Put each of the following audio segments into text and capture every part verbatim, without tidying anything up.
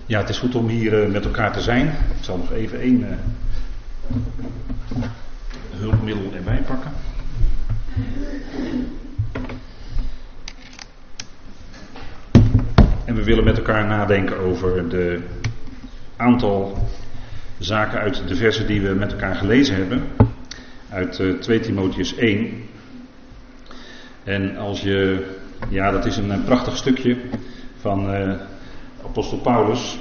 Ja, het is goed om hier uh, met elkaar te zijn. Ik zal nog even één uh, hulpmiddel erbij pakken. En we willen met elkaar nadenken over de aantal zaken uit de versen die we met elkaar gelezen hebben. Uit uh, twee Timotheüs één. En als je, ja, dat is een, een prachtig stukje van uh, apostel Paulus.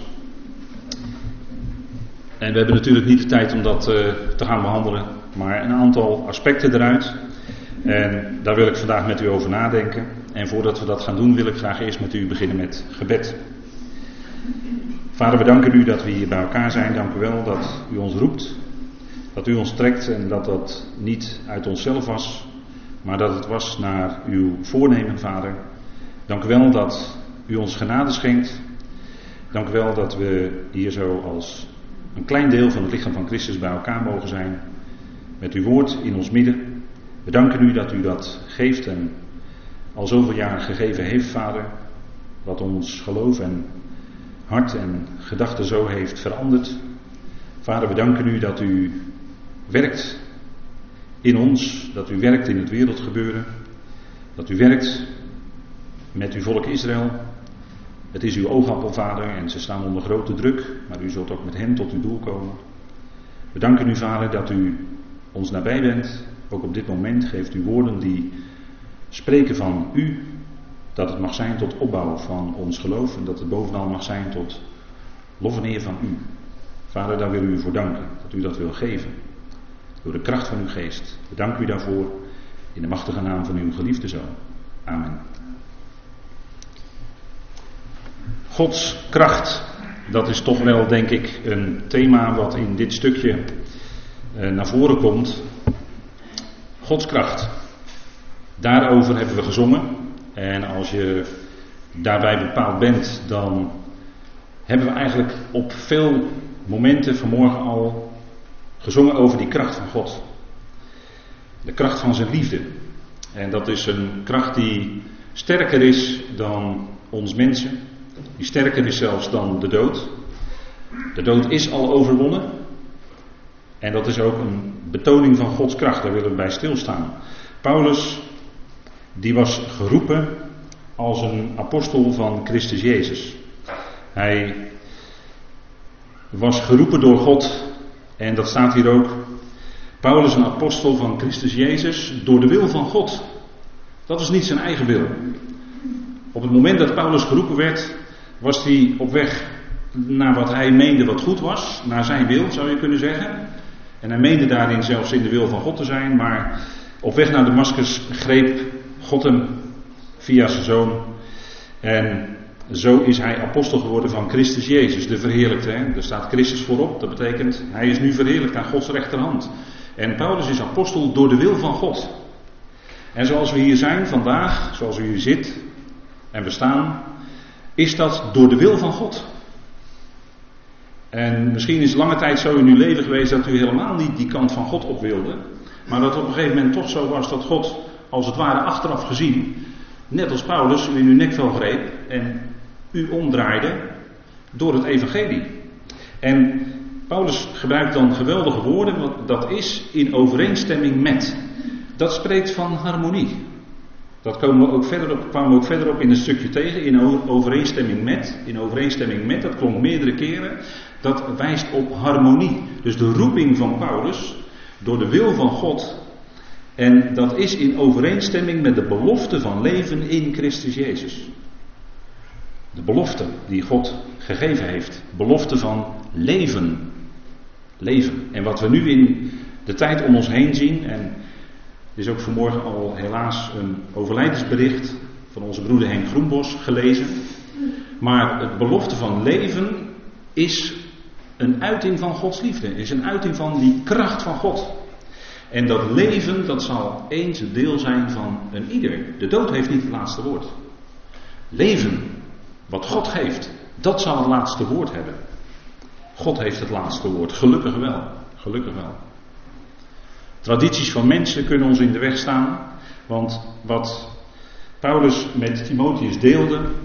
En we hebben natuurlijk niet de tijd om dat uh, te gaan behandelen, maar een aantal aspecten eruit. En daar wil ik vandaag met u over nadenken. En voordat we dat gaan doen, wil ik graag eerst met u beginnen met gebed. Vader, we danken u dat we hier bij elkaar zijn. Dank u wel dat u ons roept, dat u ons trekt en dat dat niet uit onszelf was, maar dat het was naar uw voornemen, Vader. Dank u wel dat u ons genade schenkt. Dank u wel dat we hier zo als een klein deel van het lichaam van Christus bij elkaar mogen zijn. Met uw woord in ons midden. We danken u dat u dat geeft en al zoveel jaar gegeven heeft, Vader. Wat ons geloof en hart en gedachten zo heeft veranderd. Vader, we danken u dat u werkt in ons. Dat u werkt in het wereldgebeuren. Dat u werkt met uw volk Israël. Het is uw oogappel, Vader, en ze staan onder grote druk, maar u zult ook met hen tot uw doel komen. We danken u, Vader, dat u ons nabij bent. Ook op dit moment geeft u woorden die spreken van u, dat het mag zijn tot opbouw van ons geloof en dat het bovenal mag zijn tot lof en eer van u. Vader, daar willen we u voor danken, dat u dat wil geven, door de kracht van uw geest. We danken u daarvoor, in de machtige naam van uw geliefde Zoon. Amen. Gods kracht, dat is toch wel, denk ik, een thema wat in dit stukje uh, naar voren komt. Gods kracht. Daarover hebben we gezongen. En als je daarbij bepaald bent, dan hebben we eigenlijk op veel momenten vanmorgen al gezongen over die kracht van God. De kracht van zijn liefde. En dat is een kracht die sterker is dan ons mensen. Die sterker is zelfs dan de dood. De dood is al overwonnen. En dat is ook een betoning van Gods kracht. Daar willen we bij stilstaan. Paulus, die was geroepen als een apostel van Christus Jezus. Hij was geroepen door God. En dat staat hier ook. Paulus, een apostel van Christus Jezus, door de wil van God. Dat is niet zijn eigen wil. Op het moment dat Paulus geroepen werd, was hij op weg naar wat hij meende wat goed was. Naar zijn wil, zou je kunnen zeggen. En hij meende daarin zelfs in de wil van God te zijn. Maar op weg naar Damascus greep God hem via zijn zoon. En zo is hij apostel geworden van Christus Jezus, de verheerlijkte. Hè? Daar staat Christus voorop. Dat betekent, hij is nu verheerlijkt aan Gods rechterhand. En Paulus is apostel door de wil van God. En zoals we hier zijn vandaag, zoals u hier zit en we staan, is dat door de wil van God. En misschien is het lange tijd zo in uw leven geweest dat u helemaal niet die kant van God op wilde. Maar dat het op een gegeven moment toch zo was dat God, als het ware achteraf gezien, net als Paulus, u in uw nekvel greep en u omdraaide door het evangelie. En Paulus gebruikt dan geweldige woorden, want dat is in overeenstemming met. Dat spreekt van harmonie. Dat komen we ook verder op, kwamen we ook verder op in een stukje tegen, in overeenstemming met. In overeenstemming met, dat klonk meerdere keren. Dat wijst op harmonie. Dus de roeping van Paulus, door de wil van God. En dat is in overeenstemming met de belofte van leven in Christus Jezus. De belofte die God gegeven heeft. Belofte van leven. Leven. En wat we nu in de tijd om ons heen zien, en er is ook vanmorgen al helaas een overlijdensbericht van onze broeder Henk Groenbos gelezen. Maar het belofte van leven is een uiting van Gods liefde. Is een uiting van die kracht van God. En dat leven, dat zal eens een deel zijn van een ieder. De dood heeft niet het laatste woord. Leven, wat God geeft, dat zal het laatste woord hebben. God heeft het laatste woord. Gelukkig wel. Gelukkig wel. Tradities van mensen kunnen ons in de weg staan. Want wat Paulus met Timotheüs deelde,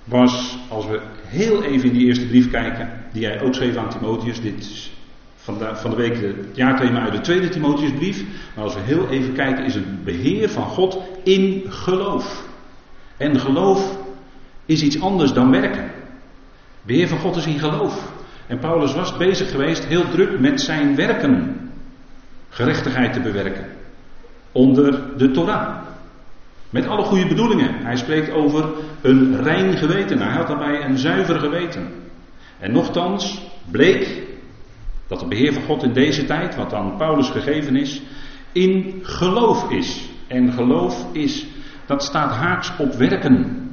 was, als we heel even in die eerste brief kijken, die hij ook schreef aan Timotheus. Dit is van de, van de week het jaarthema uit de tweede Timotheusbrief. Maar als we heel even kijken, is het beheer van God in geloof. En geloof is iets anders dan werken. Beheer van God is in geloof. En Paulus was bezig geweest, heel druk met zijn werken. Gerechtigheid te bewerken. Onder de Torah. Met alle goede bedoelingen. Hij spreekt over een rein geweten. Hij had daarbij een zuiver geweten. En nochtans bleek dat het beheer van God in deze tijd, wat aan Paulus gegeven is, in geloof is. En geloof is, dat staat haaks op werken.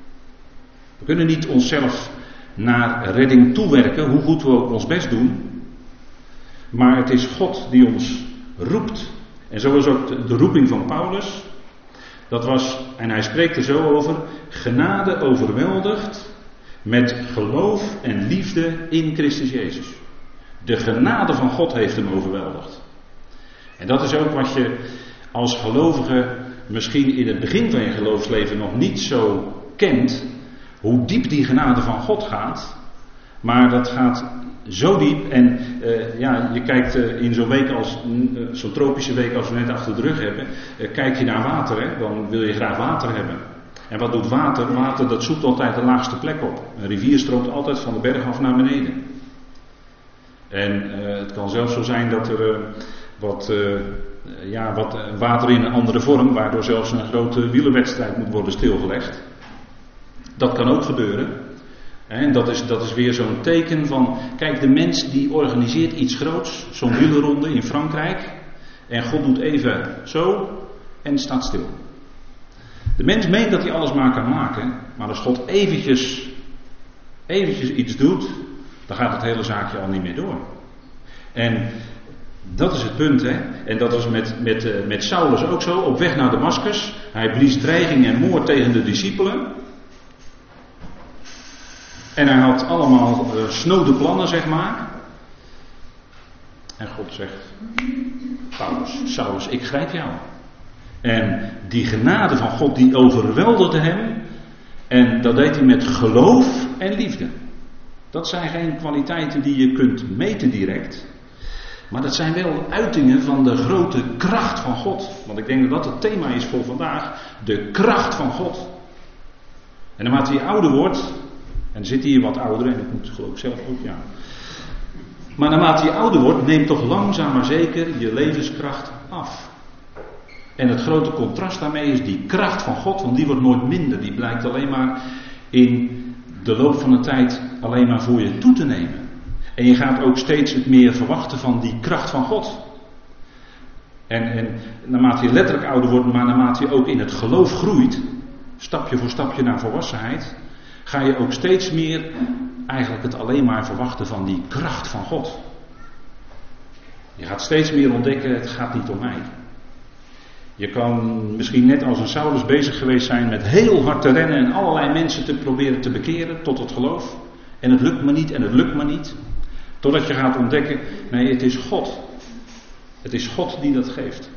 We kunnen niet onszelf naar redding toewerken, hoe goed we ook ons best doen. Maar het is God die ons roept. En zo is ook de, de roeping van Paulus. Dat was, en hij spreekt er zo over, genade overweldigd met geloof en liefde in Christus Jezus. De genade van God heeft hem overweldigd. En dat is ook wat je als gelovige misschien in het begin van je geloofsleven nog niet zo kent. Hoe diep die genade van God gaat. Maar dat gaat zo diep. En uh, ja, je kijkt uh, in zo'n week als uh, zo'n tropische week als we net achter de rug hebben. Uh, kijk je naar water, hè, dan wil je graag water hebben. En wat doet water? Water dat zoekt altijd de laagste plek op. Een rivier stroomt altijd van de berg af naar beneden. En uh, het kan zelfs zo zijn dat er uh, wat, uh, ja, wat water in een andere vorm, waardoor zelfs een grote wielerwedstrijd moet worden stilgelegd. Dat kan ook gebeuren. En dat is, dat is weer zo'n teken van, kijk, de mens die organiseert iets groots, zo'n wielerronde in Frankrijk. En God doet even zo en het staat stil. De mens meent dat hij alles maar kan maken, maar als God eventjes, eventjes iets doet, dan gaat het hele zaakje al niet meer door. En dat is het punt, hè. En dat was met, met, uh, met Saulus ook zo, op weg naar Damascus. Hij blies dreiging en moord tegen de discipelen. En hij had allemaal uh, snode plannen, zeg maar. En God zegt, Paulus, Saulus, ik grijp jou. En die genade van God, die overweldigde hem. En dat deed hij met geloof en liefde. Dat zijn geen kwaliteiten die je kunt meten direct. Maar dat zijn wel uitingen van de grote kracht van God. Want ik denk dat dat het thema is voor vandaag. De kracht van God. En naarmate je ouder wordt. En er zitten hier wat ouderen. En ik moet geloof ik zelf ook, ja. Maar naarmate je ouder wordt, neemt toch langzaam maar zeker je levenskracht af. En het grote contrast daarmee is die kracht van God. Want die wordt nooit minder. Die blijkt alleen maar in de loop van de tijd alleen maar voor je toe te nemen. En je gaat ook steeds het meer verwachten van die kracht van God. En, en naarmate je letterlijk ouder wordt, maar naarmate je ook in het geloof groeit, stapje voor stapje naar volwassenheid, ga je ook steeds meer eigenlijk het alleen maar verwachten van die kracht van God. Je gaat steeds meer ontdekken, het gaat niet om mij. Je kan misschien net als een Saulus bezig geweest zijn met heel hard te rennen en allerlei mensen te proberen te bekeren tot het geloof. En het lukt me niet en het lukt me niet. Totdat je gaat ontdekken, nee, het is God. Het is God die dat geeft.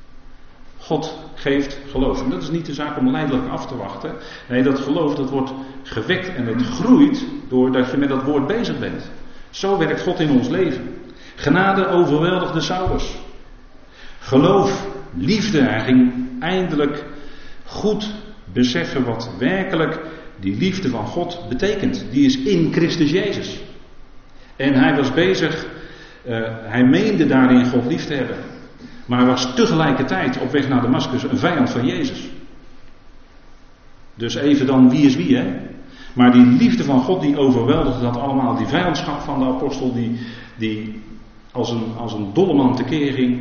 God geeft geloof. En dat is niet de zaak om leidelijk af te wachten. Nee, dat geloof dat wordt gewekt en het groeit doordat je met dat woord bezig bent. Zo werkt God in ons leven. Genade overweldigde Saulus. Geloof, liefde. Hij ging eindelijk goed beseffen wat werkelijk die liefde van God betekent. Die is in Christus Jezus. En hij was bezig, uh, hij meende daarin God lief te hebben. Maar hij was tegelijkertijd op weg naar Damascus een vijand van Jezus. Dus even dan, wie is wie, hè? Maar die liefde van God die overweldigde dat allemaal. Die vijandschap van de apostel die, die als een, als een dolleman tekeer ging.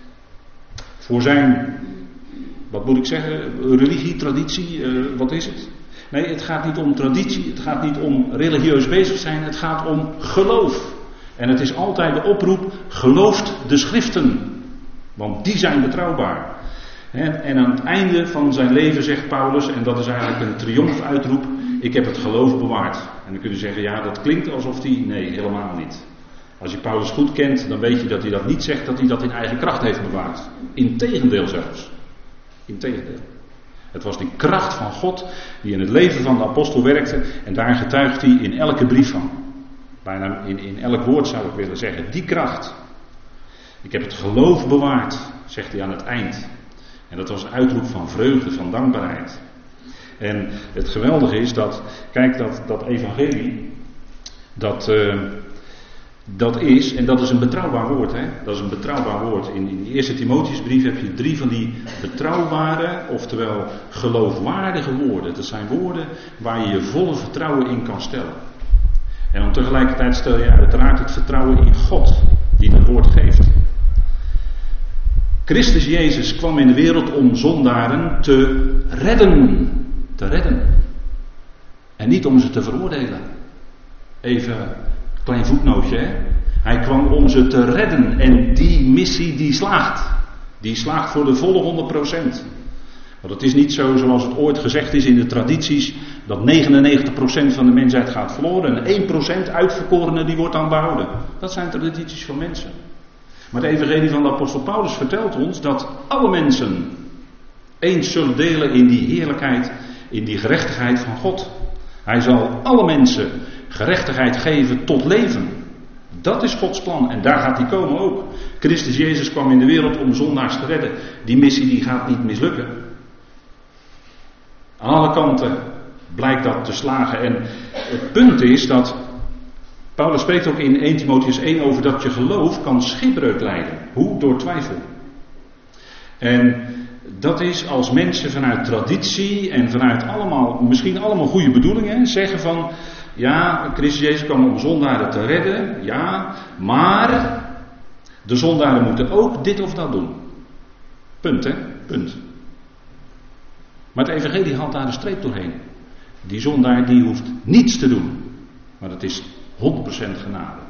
Voor zijn, wat moet ik zeggen, religie, traditie, uh, wat is het? Nee, het gaat niet om traditie, het gaat niet om religieus bezig zijn, het gaat om geloof. En het is altijd de oproep, gelooft de schriften. Want die zijn betrouwbaar. En aan het einde van zijn leven zegt Paulus, en dat is eigenlijk een triomfuitroep, ik heb het geloof bewaard. En dan kun je zeggen, ja dat klinkt alsof hij, nee helemaal niet. Als je Paulus goed kent, dan weet je dat hij dat niet zegt, dat hij dat in eigen kracht heeft bewaard. Integendeel zelfs. Integendeel. Het was die kracht van God die in het leven van de apostel werkte. En daar getuigt hij in elke brief van. Bijna in, in elk woord zou ik willen zeggen. Die kracht. Ik heb het geloof bewaard, zegt hij aan het eind. En dat was een uitroep van vreugde, van dankbaarheid. En het geweldige is dat, kijk, dat, dat evangelie, dat, uh, dat is, en dat is een betrouwbaar woord, hè? Dat is een betrouwbaar woord. In, in de eerste Timotheusbrief heb je drie van die betrouwbare, oftewel geloofwaardige woorden. Dat zijn woorden waar je je volle vertrouwen in kan stellen. En dan tegelijkertijd stel je uiteraard het vertrouwen in God, die dat woord geeft. Christus Jezus kwam in de wereld om zondaren te redden. Te redden. En niet om ze te veroordelen. Even een klein voetnootje. Hè? Hij kwam om ze te redden. En die missie die slaagt. Die slaagt voor de volle honderd procent. Want het is niet zo zoals het ooit gezegd is in de tradities. Dat negenennegentig procent van de mensheid gaat verloren. En één procent uitverkorene die wordt dan behouden. Dat zijn tradities van mensen. Maar de evangelie van de apostel Paulus vertelt ons dat alle mensen eens zullen delen in die heerlijkheid, in die gerechtigheid van God. Hij zal alle mensen gerechtigheid geven tot leven. Dat is Gods plan en daar gaat hij komen ook. Christus Jezus kwam in de wereld om zondaars te redden. Die missie die gaat niet mislukken. Aan alle kanten blijkt dat te slagen. En het punt is dat Paulus spreekt ook in eerste Timotheus één over dat je geloof kan schipbreuk lijden. Hoe? Door twijfel. En dat is als mensen vanuit traditie en vanuit allemaal, misschien allemaal goede bedoelingen, zeggen van, ja, Christus Jezus kwam om zondaren te redden, ja, maar de zondaren moeten ook dit of dat doen. Punt, hè? Punt. Maar het evangelie haalt daar een streep doorheen. Die zondaar die hoeft niets te doen. Maar dat is honderd procent genade.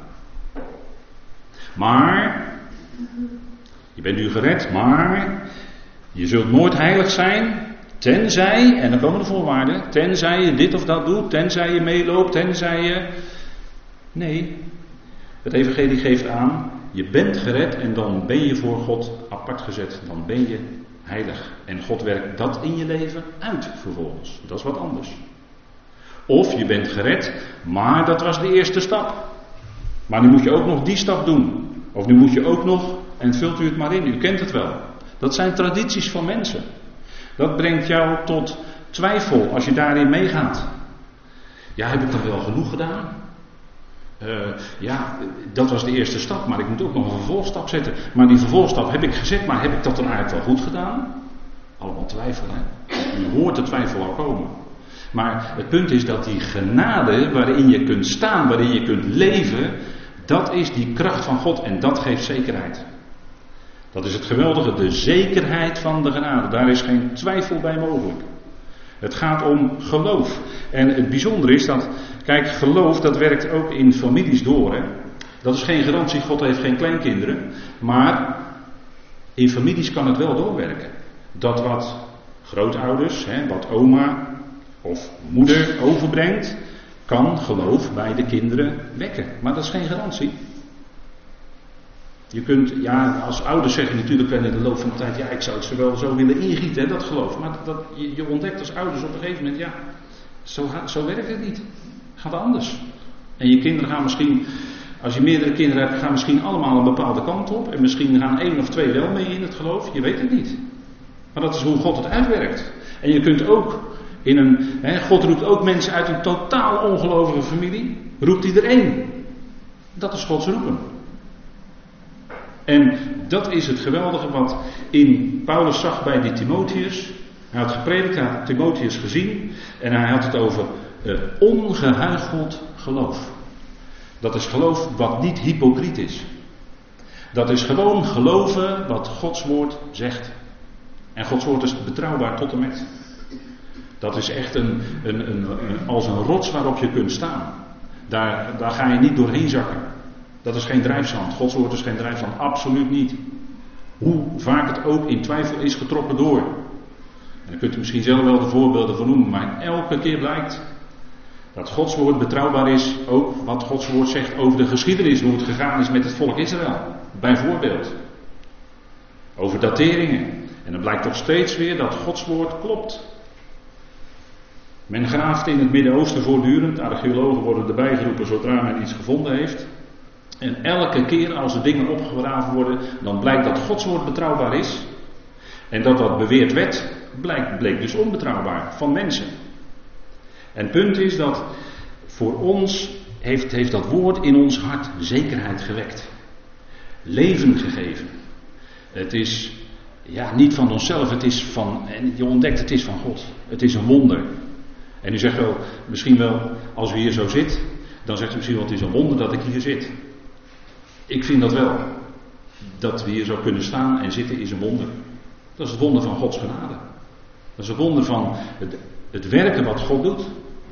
Maar, je bent nu gered, maar je zult nooit heilig zijn, tenzij, en dan komen de voorwaarden, tenzij je dit of dat doet, tenzij je meeloopt, tenzij je... Nee, het evangelie geeft aan, je bent gered en dan ben je voor God apart gezet, dan ben je heilig. En God werkt dat in je leven uit vervolgens, dat is wat anders. Of je bent gered, maar dat was de eerste stap. Maar nu moet je ook nog die stap doen. Of nu moet je ook nog, en vult u het maar in, u kent het wel. Dat zijn tradities van mensen. Dat brengt jou tot twijfel als je daarin meegaat. Ja, heb ik dan wel genoeg gedaan? Uh, ja, dat was de eerste stap, maar ik moet ook nog een vervolgstap zetten. Maar die vervolgstap heb ik gezet, maar heb ik dat dan eigenlijk wel goed gedaan? Allemaal twijfel, hè? Je hoort de twijfel al komen. Maar het punt is dat die genade waarin je kunt staan, waarin je kunt leven, dat is die kracht van God en dat geeft zekerheid. Dat is het geweldige, de zekerheid van de genade. Daar is geen twijfel bij mogelijk. Het gaat om geloof. En het bijzondere is dat, kijk, geloof dat werkt ook in families door. Hè? Dat is geen garantie, God heeft geen kleinkinderen. Maar in families kan het wel doorwerken. Dat wat grootouders, hè, wat oma of moeder overbrengt, kan geloof bij de kinderen wekken. Maar dat is geen garantie. Je kunt, ja, als ouders zeg je natuurlijk in de loop van de tijd, ja, ik zou het zo wel zo willen ingieten, hè, dat geloof. Maar dat, je, je ontdekt als ouders op een gegeven moment, ja, zo, zo werkt het niet. Het gaat anders. En je kinderen gaan misschien, als je meerdere kinderen hebt, gaan misschien allemaal een bepaalde kant op. En misschien gaan één of twee wel mee in het geloof. Je weet het niet. Maar dat is hoe God het uitwerkt. En je kunt ook in een, hè, God roept ook mensen uit een totaal ongelovige familie. Roept hij er één. Dat is Gods roepen. En dat is het geweldige wat in Paulus zag bij die Timotheus. Hij had gepredikt, hij had Timotheus gezien. En hij had het over uh, ongehuicheld geloof. Dat is geloof wat niet hypocriet is. Dat is gewoon geloven wat Gods woord zegt. En Gods woord is betrouwbaar tot en met. Dat is echt een, een, een, een, als een rots waarop je kunt staan. Daar, daar ga je niet doorheen zakken. Dat is geen drijfzand. Gods woord is geen drijfzand. Absoluut niet. Hoe vaak het ook in twijfel is getrokken door. En dan kunt u misschien zelf wel de voorbeelden van noemen. Maar elke keer blijkt dat Gods woord betrouwbaar is. Ook wat Gods woord zegt over de geschiedenis. Hoe het gegaan is met het volk Israël. Bijvoorbeeld. Over dateringen. En dan blijkt toch steeds weer dat Gods woord klopt. Men graaft in het Midden-Oosten voortdurend. Archeologen worden erbij geroepen zodra men iets gevonden heeft. En elke keer als er dingen opgegraven worden, dan blijkt dat Gods woord betrouwbaar is. En dat wat beweerd werd, blijkt, bleek dus onbetrouwbaar van mensen. En het punt is dat voor ons heeft, heeft dat woord in ons hart zekerheid gewekt. Leven gegeven. Het is ja, niet van onszelf, het is van, en je ontdekt het is van God. Het is een wonder. En u zegt wel, misschien wel, als u hier zo zit, dan zegt u misschien wel, het is een wonder dat ik hier zit. Ik vind dat wel. Dat we hier zo kunnen staan en zitten is een wonder. Dat is het wonder van Gods genade. Dat is het wonder van het, het werken wat God doet.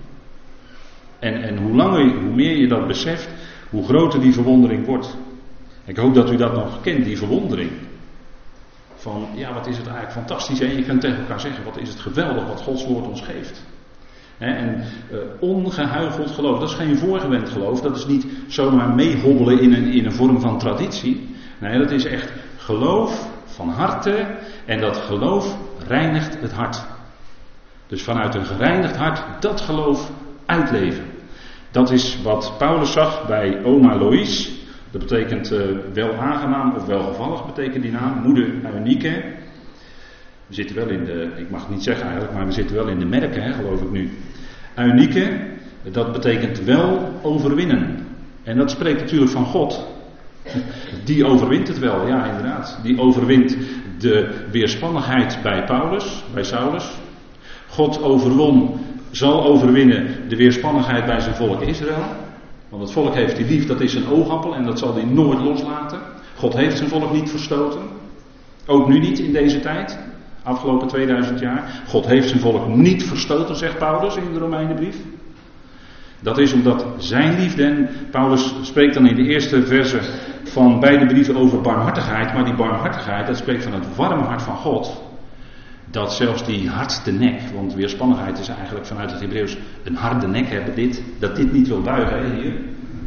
En, en hoe langer, hoe meer je dat beseft, hoe groter die verwondering wordt. Ik hoop dat u dat nog kent, die verwondering. Van, ja, wat is het eigenlijk fantastisch. En je kunt tegen elkaar zeggen, wat is het geweldig wat Gods woord ons geeft. He, en uh, ongehuicheld geloof, dat is geen voorgewend geloof. Dat is niet zomaar meehobbelen in een, in een vorm van traditie. Nee, dat is echt geloof van harte. En dat geloof reinigt het hart. Dus vanuit een gereinigd hart dat geloof uitleven. Dat is wat Paulus zag bij oma Loïs. Dat betekent uh, wel aangenaam of welgevallig betekent die naam. Moeder Eunike. We zitten wel in de, ik mag het niet zeggen eigenlijk, maar we zitten wel in de merken, hè, geloof ik nu. Eunike, dat betekent wel overwinnen. En dat spreekt natuurlijk van God. Die overwint het wel, ja inderdaad. Die overwint de weerspannigheid bij Paulus, bij Saulus. God overwon, zal overwinnen de weerspannigheid bij zijn volk Israël. Want het volk heeft hij lief, dat is een oogappel en dat zal hij nooit loslaten. God heeft zijn volk niet verstoten. Ook nu niet in deze tijd. Afgelopen tweeduizend jaar. God heeft zijn volk niet verstoten, zegt Paulus in de Romeinenbrief. Dat is omdat zijn liefde, en Paulus spreekt dan in de eerste verse van beide brieven over barmhartigheid. Maar die barmhartigheid, dat spreekt van het warme hart van God. Dat zelfs die hardste nek, want weerspannigheid is eigenlijk vanuit het Hebreeuws een harde nek hebben, dit, dat dit niet wil buigen, hè, hier.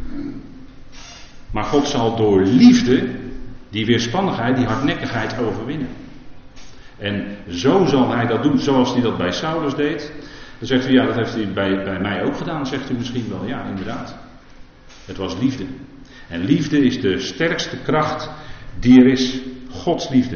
Maar God zal door liefde die weerspannigheid, die hardnekkigheid overwinnen. En zo zal hij dat doen, zoals hij dat bij Saulus deed. Dan zegt u, ja, dat heeft hij bij, bij mij ook gedaan, zegt u misschien wel. Ja, inderdaad. Het was liefde. En liefde is de sterkste kracht die er is. Gods liefde.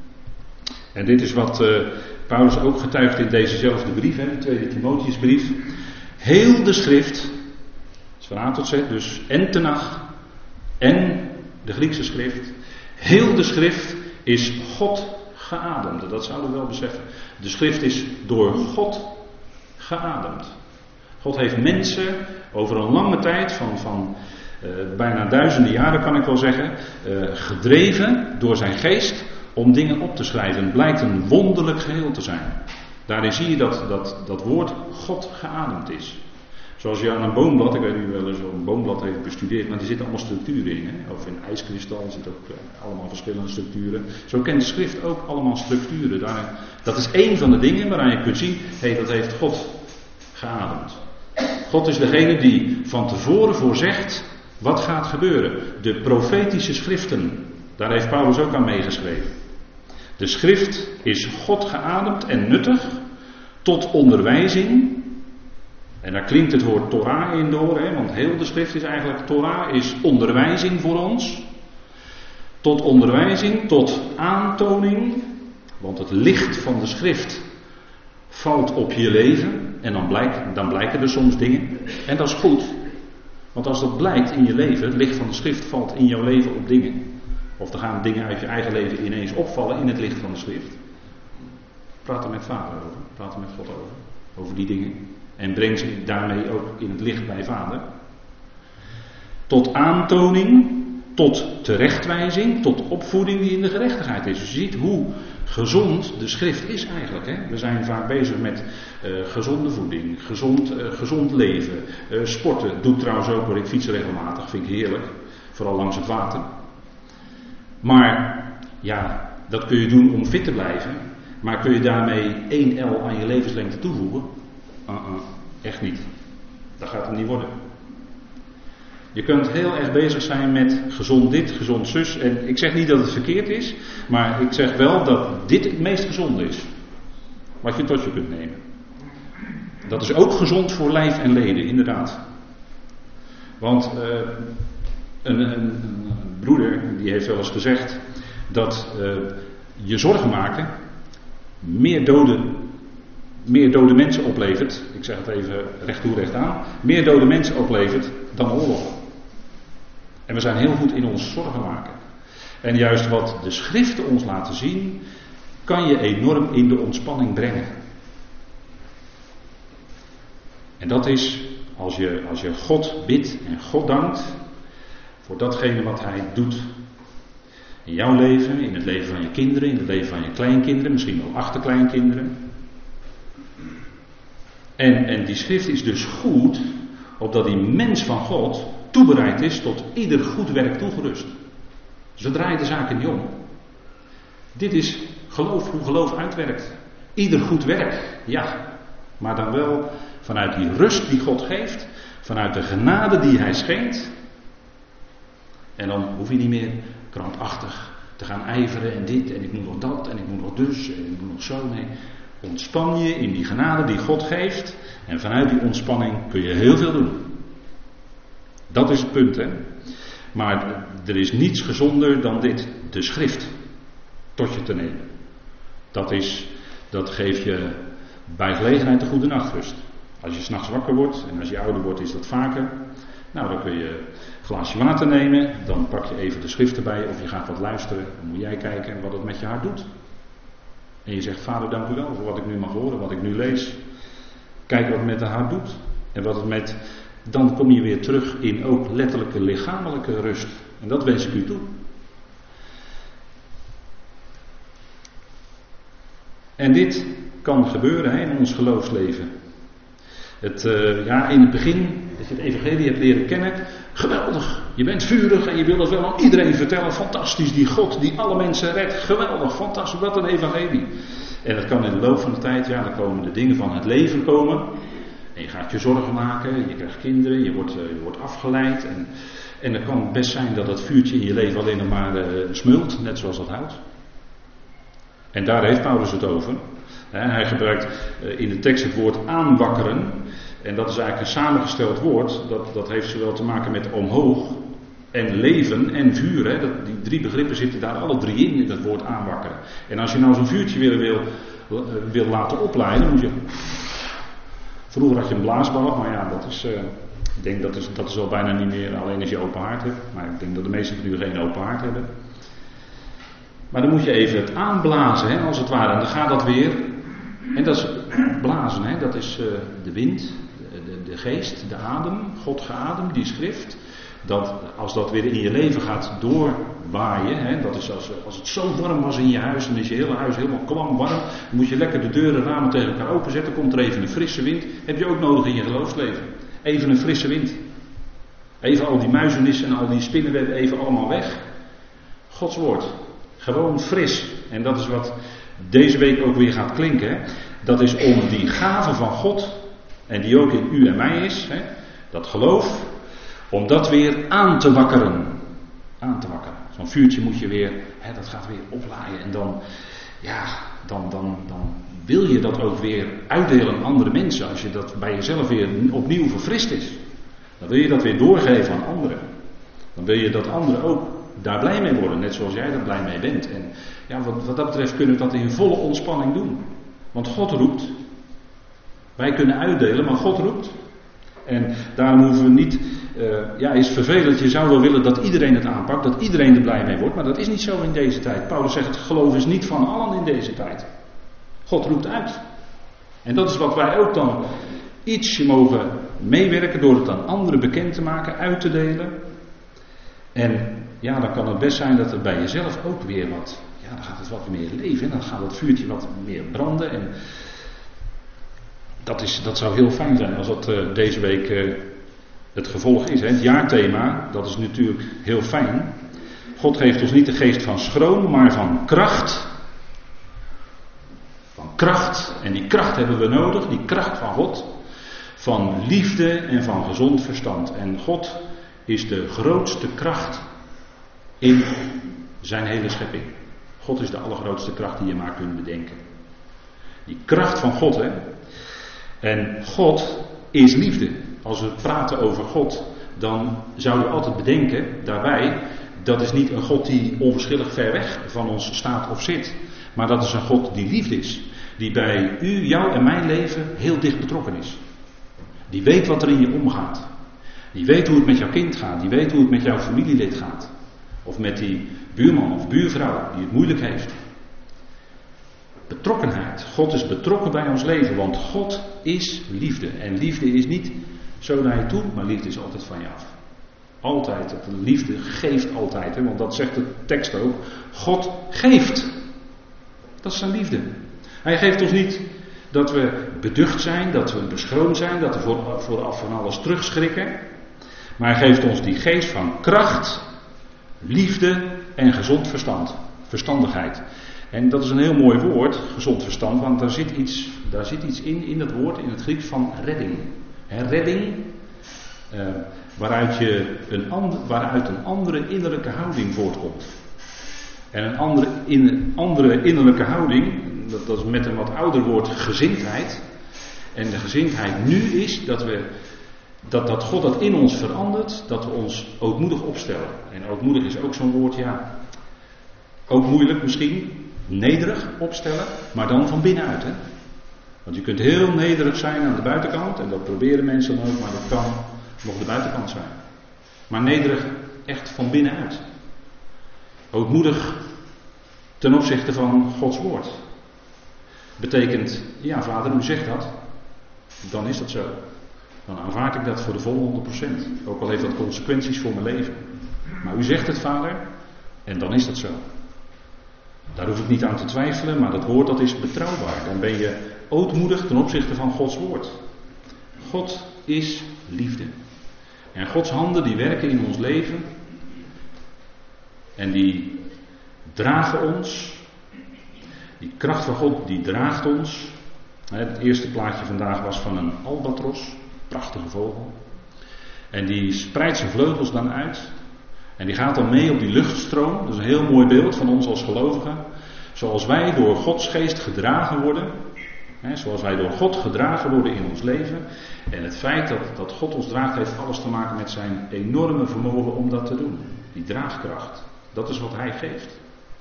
En dit is wat uh, Paulus ook getuigt in dezezelfde brief, hè, de tweede Timotheusbrief. Heel de schrift, dat is van A tot Z, dus en Tenach en de Griekse schrift. Heel de schrift is God geademd. Dat zouden we wel beseffen. De schrift is door God geademd. God heeft mensen over een lange tijd, van, van uh, bijna duizenden jaren kan ik wel zeggen, uh, gedreven door zijn geest om dingen op te schrijven. Het blijkt een wonderlijk geheel te zijn. Daarin zie je dat dat, dat woord God geademd is. Zoals je aan een boomblad, ik weet niet of u wel eens een boomblad heeft bestudeerd, maar er zitten allemaal structuren in. Hè? Of in ijskristal zitten ook uh, allemaal verschillende structuren. Zo kent de schrift ook allemaal structuren. Daarin, dat is één van de dingen waaraan je kunt zien, hé, hey, dat heeft God geademd. God is degene die van tevoren voorzegt wat gaat gebeuren. De profetische schriften, daar heeft Paulus ook aan meegeschreven. De schrift is God geademd en nuttig tot onderwijzing. En daar klinkt het woord Torah in door, hè, want heel de schrift is eigenlijk, Torah is onderwijzing voor ons. Tot onderwijzing, tot aantoning, want het licht van de schrift valt op je leven en dan, blijkt, dan blijken er soms dingen. En dat is goed, want als dat blijkt in je leven, het licht van de schrift valt in jouw leven op dingen. Of er gaan dingen uit je eigen leven ineens opvallen in het licht van de schrift. Praat er met vader over, praat er met God over, over die dingen. En breng ze daarmee ook in het licht bij vader. Tot aantoning, tot terechtwijzing, tot opvoeding die in de gerechtigheid is. Dus je ziet hoe gezond de schrift is eigenlijk. Hè? We zijn vaak bezig met uh, gezonde voeding, gezond, uh, gezond leven, uh, sporten. Doe ik trouwens ook, hoor, ik fiets regelmatig, vind ik heerlijk. Vooral langs het water. Maar ja, dat kun je doen om fit te blijven. Maar kun je daarmee één el aan je levenslengte toevoegen? Uh-uh, echt niet. Dat gaat het niet worden. Je kunt heel erg bezig zijn met gezond dit, gezond zus. En ik zeg niet dat het verkeerd is, maar ik zeg wel dat dit het meest gezonde is. Wat je tot je kunt nemen. Dat is ook gezond voor lijf en leden, inderdaad. Want uh, een, een, een broeder die heeft wel eens gezegd dat uh, je zorgen maken meer doden, meer dode mensen oplevert. Ik zeg het even recht toe recht aan. Meer dode mensen oplevert dan oorlog. En we zijn heel goed in ons zorgen maken. En juist wat de schriften ons laten zien, kan je enorm in de ontspanning brengen. En dat is als je, als je God bidt en God dankt voor datgene wat Hij doet. In jouw leven, in het leven van je kinderen, in het leven van je kleinkinderen, misschien wel achterkleinkinderen. En, en die schrift is dus goed, opdat die mens van God toebereid is tot ieder goed werk toegerust. Ze draaien de zaken niet om. Dit is geloof, hoe geloof uitwerkt. Ieder goed werk, ja. Maar dan wel vanuit die rust die God geeft, vanuit de genade die Hij schenkt. En dan hoef je niet meer krampachtig te gaan ijveren en dit en ik moet nog dat en ik moet nog dus en ik moet nog zo. Nee, ontspan je in die genade die God geeft en vanuit die ontspanning kun je heel veel doen. Dat is het punt, hè. Maar er is niets gezonder dan dit, de schrift, tot je te nemen. Dat is, dat geeft je bij gelegenheid een goede nachtrust. Als je 's nachts wakker wordt, en als je ouder wordt is dat vaker. Nou, dan kun je een glaasje water nemen, dan pak je even de schrift erbij of je gaat wat luisteren. Dan moet jij kijken wat het met je hart doet. En je zegt, Vader, dank u wel voor wat ik nu mag horen, wat ik nu lees. Kijk wat het met het hart doet. En wat het met... Dan kom je weer terug in ook letterlijke lichamelijke rust. En dat wens ik u toe. En dit kan gebeuren hè, in ons geloofsleven. Het, uh, ja, in het begin, dat je het evangelie hebt leren kennen, geweldig. Je bent vurig en je wil dat wel aan iedereen vertellen. Fantastisch, die God die alle mensen redt. Geweldig, fantastisch, wat een evangelie. En dat kan in de loop van de tijd, ja, dan komen de dingen van het leven komen. En je gaat je zorgen maken, je krijgt kinderen, je wordt, uh, je wordt afgeleid. En, en dan kan het best zijn dat dat vuurtje in je leven alleen nog maar uh, smult, net zoals dat hout. En daar heeft Paulus het over. Hij gebruikt in de tekst het woord aanwakkeren. En dat is eigenlijk een samengesteld woord. Dat, dat heeft zowel te maken met omhoog en leven en vuur. Hè. Dat, die drie begrippen zitten daar alle drie in, in dat woord aanwakkeren. En als je nou zo'n vuurtje weer wil, wil laten opleiden, moet je... Vroeger had je een blaasbalg, maar ja, dat is... Uh, ik denk dat is, dat is al bijna niet meer, alleen als je open haard hebt. Maar ik denk dat de meesten van u geen open haard hebben. Maar dan moet je even het aanblazen, hè, als het ware. En dan gaat dat weer... En dat is blazen, hè? Dat is uh, de wind, de, de, de geest, de adem, God geademd, die schrift. Dat als dat weer in je leven gaat doorwaaien, hè? Dat is als, als het zo warm was in je huis, dan is je hele huis helemaal klam warm. Dan moet je lekker de deuren en ramen tegen elkaar openzetten, komt er even een frisse wind. Heb je ook nodig in je geloofsleven. Even een frisse wind. Even al die muizenissen en al die spinnenwebben even allemaal weg. Gods woord. Gewoon fris. En dat is wat... deze week ook weer gaat klinken. Hè? Dat is om die gave van God, en die ook in u en mij is, hè? Dat geloof, om dat weer aan te wakkeren. Aan te wakkeren. Zo'n vuurtje moet je weer, hè, dat gaat weer oplaaien. En dan, ja, dan, dan, dan wil je dat ook weer uitdelen aan andere mensen. Als je dat bij jezelf weer opnieuw verfrist is. Dan wil je dat weer doorgeven aan anderen. Dan wil je dat anderen ook daar blij mee worden, net zoals jij daar blij mee bent. En ja, wat, wat dat betreft kunnen we dat in volle ontspanning doen. Want God roept. Wij kunnen uitdelen, maar God roept. En daarom hoeven we niet... Uh, ja, is vervelend. Je zou wel willen dat iedereen het aanpakt, dat iedereen er blij mee wordt. Maar dat is niet zo in deze tijd. Paulus zegt, het geloof is niet van allen in deze tijd. God roept uit. En dat is wat wij ook dan ietsje mogen meewerken door het aan anderen bekend te maken, uit te delen. En ja, dan kan het best zijn dat er bij jezelf ook weer wat... Ja, dan gaat het wat meer leven. En dan gaat het vuurtje wat meer branden. En dat, is, dat zou heel fijn zijn als dat uh, deze week uh, het gevolg is. Hè. Het jaarthema, dat is natuurlijk heel fijn. God geeft ons niet de geest van schroom, maar van kracht. Van kracht. En die kracht hebben we nodig. Die kracht van God. Van liefde en van gezond verstand. En God is de grootste kracht in zijn hele schepping. God is de allergrootste kracht die je maar kunt bedenken. Die kracht van God, hè. En God is liefde. Als we praten over God, dan zouden we altijd bedenken daarbij, dat is niet een God die onverschillig ver weg van ons staat of zit. Maar dat is een God die liefde is. Die bij u, jou en mijn leven heel dicht betrokken is. Die weet wat er in je omgaat. Die weet hoe het met jouw kind gaat. Die weet hoe het met jouw familielid gaat. Of met die buurman of buurvrouw die het moeilijk heeft. Betrokkenheid. God is betrokken bij ons leven. Want God is liefde. En liefde is niet zo naar je toe, maar liefde is altijd van je af. Altijd. De liefde geeft altijd. Hè? Want dat zegt de tekst ook. God geeft. Dat is zijn liefde. Hij geeft ons niet dat we beducht zijn, dat we beschroomd zijn, dat we voor, vooraf van alles terugschrikken. Maar hij geeft ons die geest van kracht, liefde en gezond verstand. Verstandigheid. En dat is een heel mooi woord, gezond verstand, want daar zit iets, daar zit iets in, in dat woord, in het Grieks van redding. He, redding, uh, waaruit, je een and, waaruit een andere innerlijke houding voortkomt. En een andere, in, andere innerlijke houding, dat, dat is met een wat ouder woord gezindheid. En de gezindheid nu is dat we, dat, dat God dat in ons verandert, dat we ons ootmoedig opstellen. En ootmoedig is ook zo'n woord, ja, ook moeilijk misschien, nederig opstellen, maar dan van binnenuit. Hè? Want je kunt heel nederig zijn aan de buitenkant, en dat proberen mensen dan ook, maar dat kan nog de buitenkant zijn. Maar nederig echt van binnenuit. Ootmoedig ten opzichte van Gods woord. Betekent, ja vader, u zegt dat, dan is dat zo. Dan aanvaard ik dat voor de volle honderd procent. Ook al heeft dat consequenties voor mijn leven. Maar u zegt het, vader, en dan is dat zo. Daar hoef ik niet aan te twijfelen, maar dat woord dat is betrouwbaar. Dan ben je ootmoedig ten opzichte van Gods woord. God is liefde. En Gods handen die werken in ons leven. En die dragen ons. Die kracht van God die draagt ons. Het eerste plaatje vandaag was van een albatros. Prachtige vogel. En die spreidt zijn vleugels dan uit. En die gaat dan mee op die luchtstroom. Dat is een heel mooi beeld van ons als gelovigen. Zoals wij door Gods geest gedragen worden. Hè, zoals wij door God gedragen worden in ons leven. En het feit dat, dat God ons draagt heeft alles te maken met zijn enorme vermogen om dat te doen. Die draagkracht. Dat is wat hij geeft.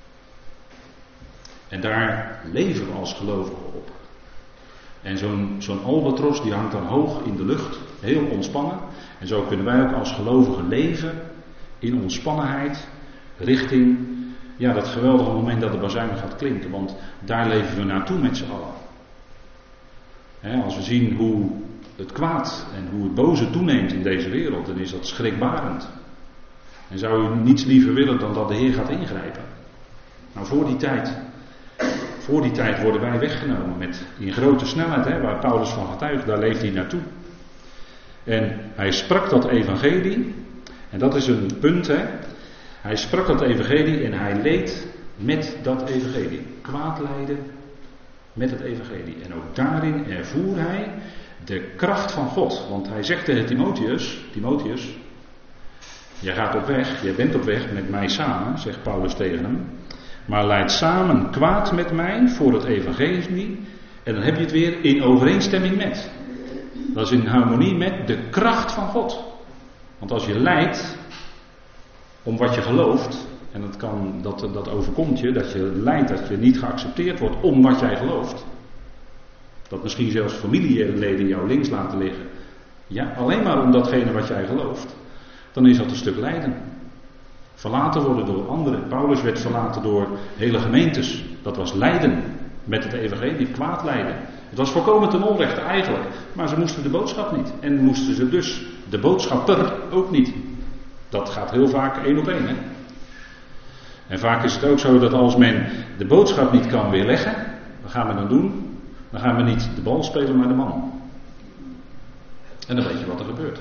En daar leven we als gelovigen op. En zo'n, zo'n albatros die hangt dan hoog in de lucht. Heel ontspannen. En zo kunnen wij ook als gelovigen leven. In ontspannenheid. Richting ja, dat geweldige moment dat de bazuin gaat klinken. Want daar leven we naartoe met z'n allen. He, als we zien hoe het kwaad en hoe het boze toeneemt in deze wereld. Dan is dat schrikbarend. En zou u niets liever willen dan dat de Heer gaat ingrijpen. Nou voor die tijd. Voor die tijd worden wij weggenomen met in grote snelheid, hè, waar Paulus van getuigt, daar leeft hij naartoe. En hij sprak dat evangelie, en dat is een punt, hè. Hij sprak dat evangelie en hij leed met dat evangelie. Kwaad lijden met het evangelie. En ook daarin ervoer hij de kracht van God. Want hij zegt tegen Timotheus, Timotheus, jij gaat op weg, jij bent op weg met mij samen, zegt Paulus tegen hem. Maar leid samen kwaad met mij voor het evangelie. En dan heb je het weer in overeenstemming met. Dat is in harmonie met de kracht van God. Want als je lijdt om wat je gelooft. En dat, kan, dat, dat overkomt je. Dat je lijdt dat je niet geaccepteerd wordt om wat jij gelooft. Dat misschien zelfs familieleden jou links laten liggen. Ja, alleen maar om datgene wat jij gelooft. Dan is dat een stuk lijden. Verlaten worden door anderen. Paulus werd verlaten door hele gemeentes. Dat was lijden met het evangelie, kwaad lijden. Het was volkomen ten onrechte eigenlijk. Maar ze moesten de boodschap niet. En moesten ze dus de boodschapper ook niet. Dat gaat heel vaak één op één. Hè? En vaak is het ook zo dat als men de boodschap niet kan weerleggen. Wat gaan we dan doen? Dan gaan we niet de bal spelen, maar de man. En dan weet je wat er gebeurt.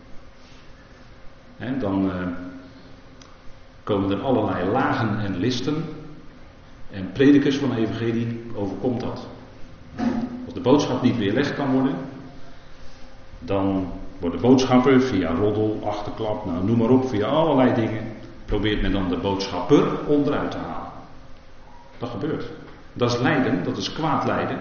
En dan... Uh, komen er allerlei lagen en listen. En predikers van de evangelie overkomt dat. Als de boodschap niet weerlegd kan worden, dan worden boodschappen via roddel, achterklap, nou noem maar op, via allerlei dingen. Probeert men dan de boodschapper onderuit te halen. Dat gebeurt. Dat is lijden, dat is kwaad lijden.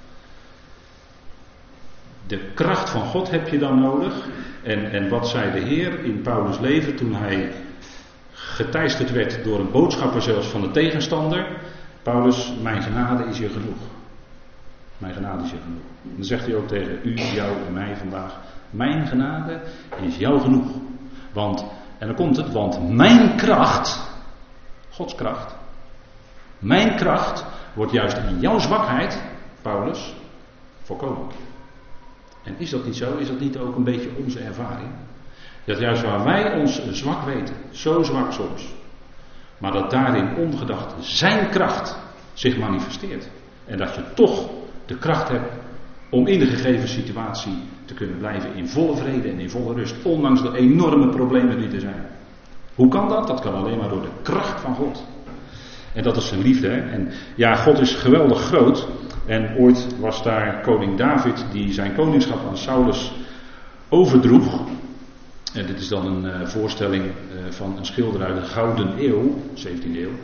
De kracht van God heb je dan nodig. En, en wat zei de Heer in Paulus' leven toen hij geteisterd werd door een boodschapper zelfs van de tegenstander. Paulus, mijn genade is je genoeg. Mijn genade is je genoeg. En dan zegt hij ook tegen u, jou en mij vandaag. Mijn genade is jou genoeg. Want, en dan komt het, want mijn kracht, Gods kracht, mijn kracht wordt juist in jouw zwakheid, Paulus, voorkomen. En is dat niet zo? Is dat niet ook een beetje onze ervaring? Dat juist waar wij ons zwak weten, zo zwak soms, maar dat daarin ongedacht zijn kracht zich manifesteert. En dat je toch de kracht hebt om in de gegeven situatie te kunnen blijven in volle vrede en in volle rust, ondanks de enorme problemen die er zijn. Hoe kan dat? Dat kan alleen maar door de kracht van God. En dat is zijn liefde. Hè? En ja, God is geweldig groot. En ooit was daar koning David die zijn koningschap aan Saulus overdroeg. En dit is dan een uh, voorstelling uh, van een schilder uit de Gouden Eeuw, zeventiende eeuw.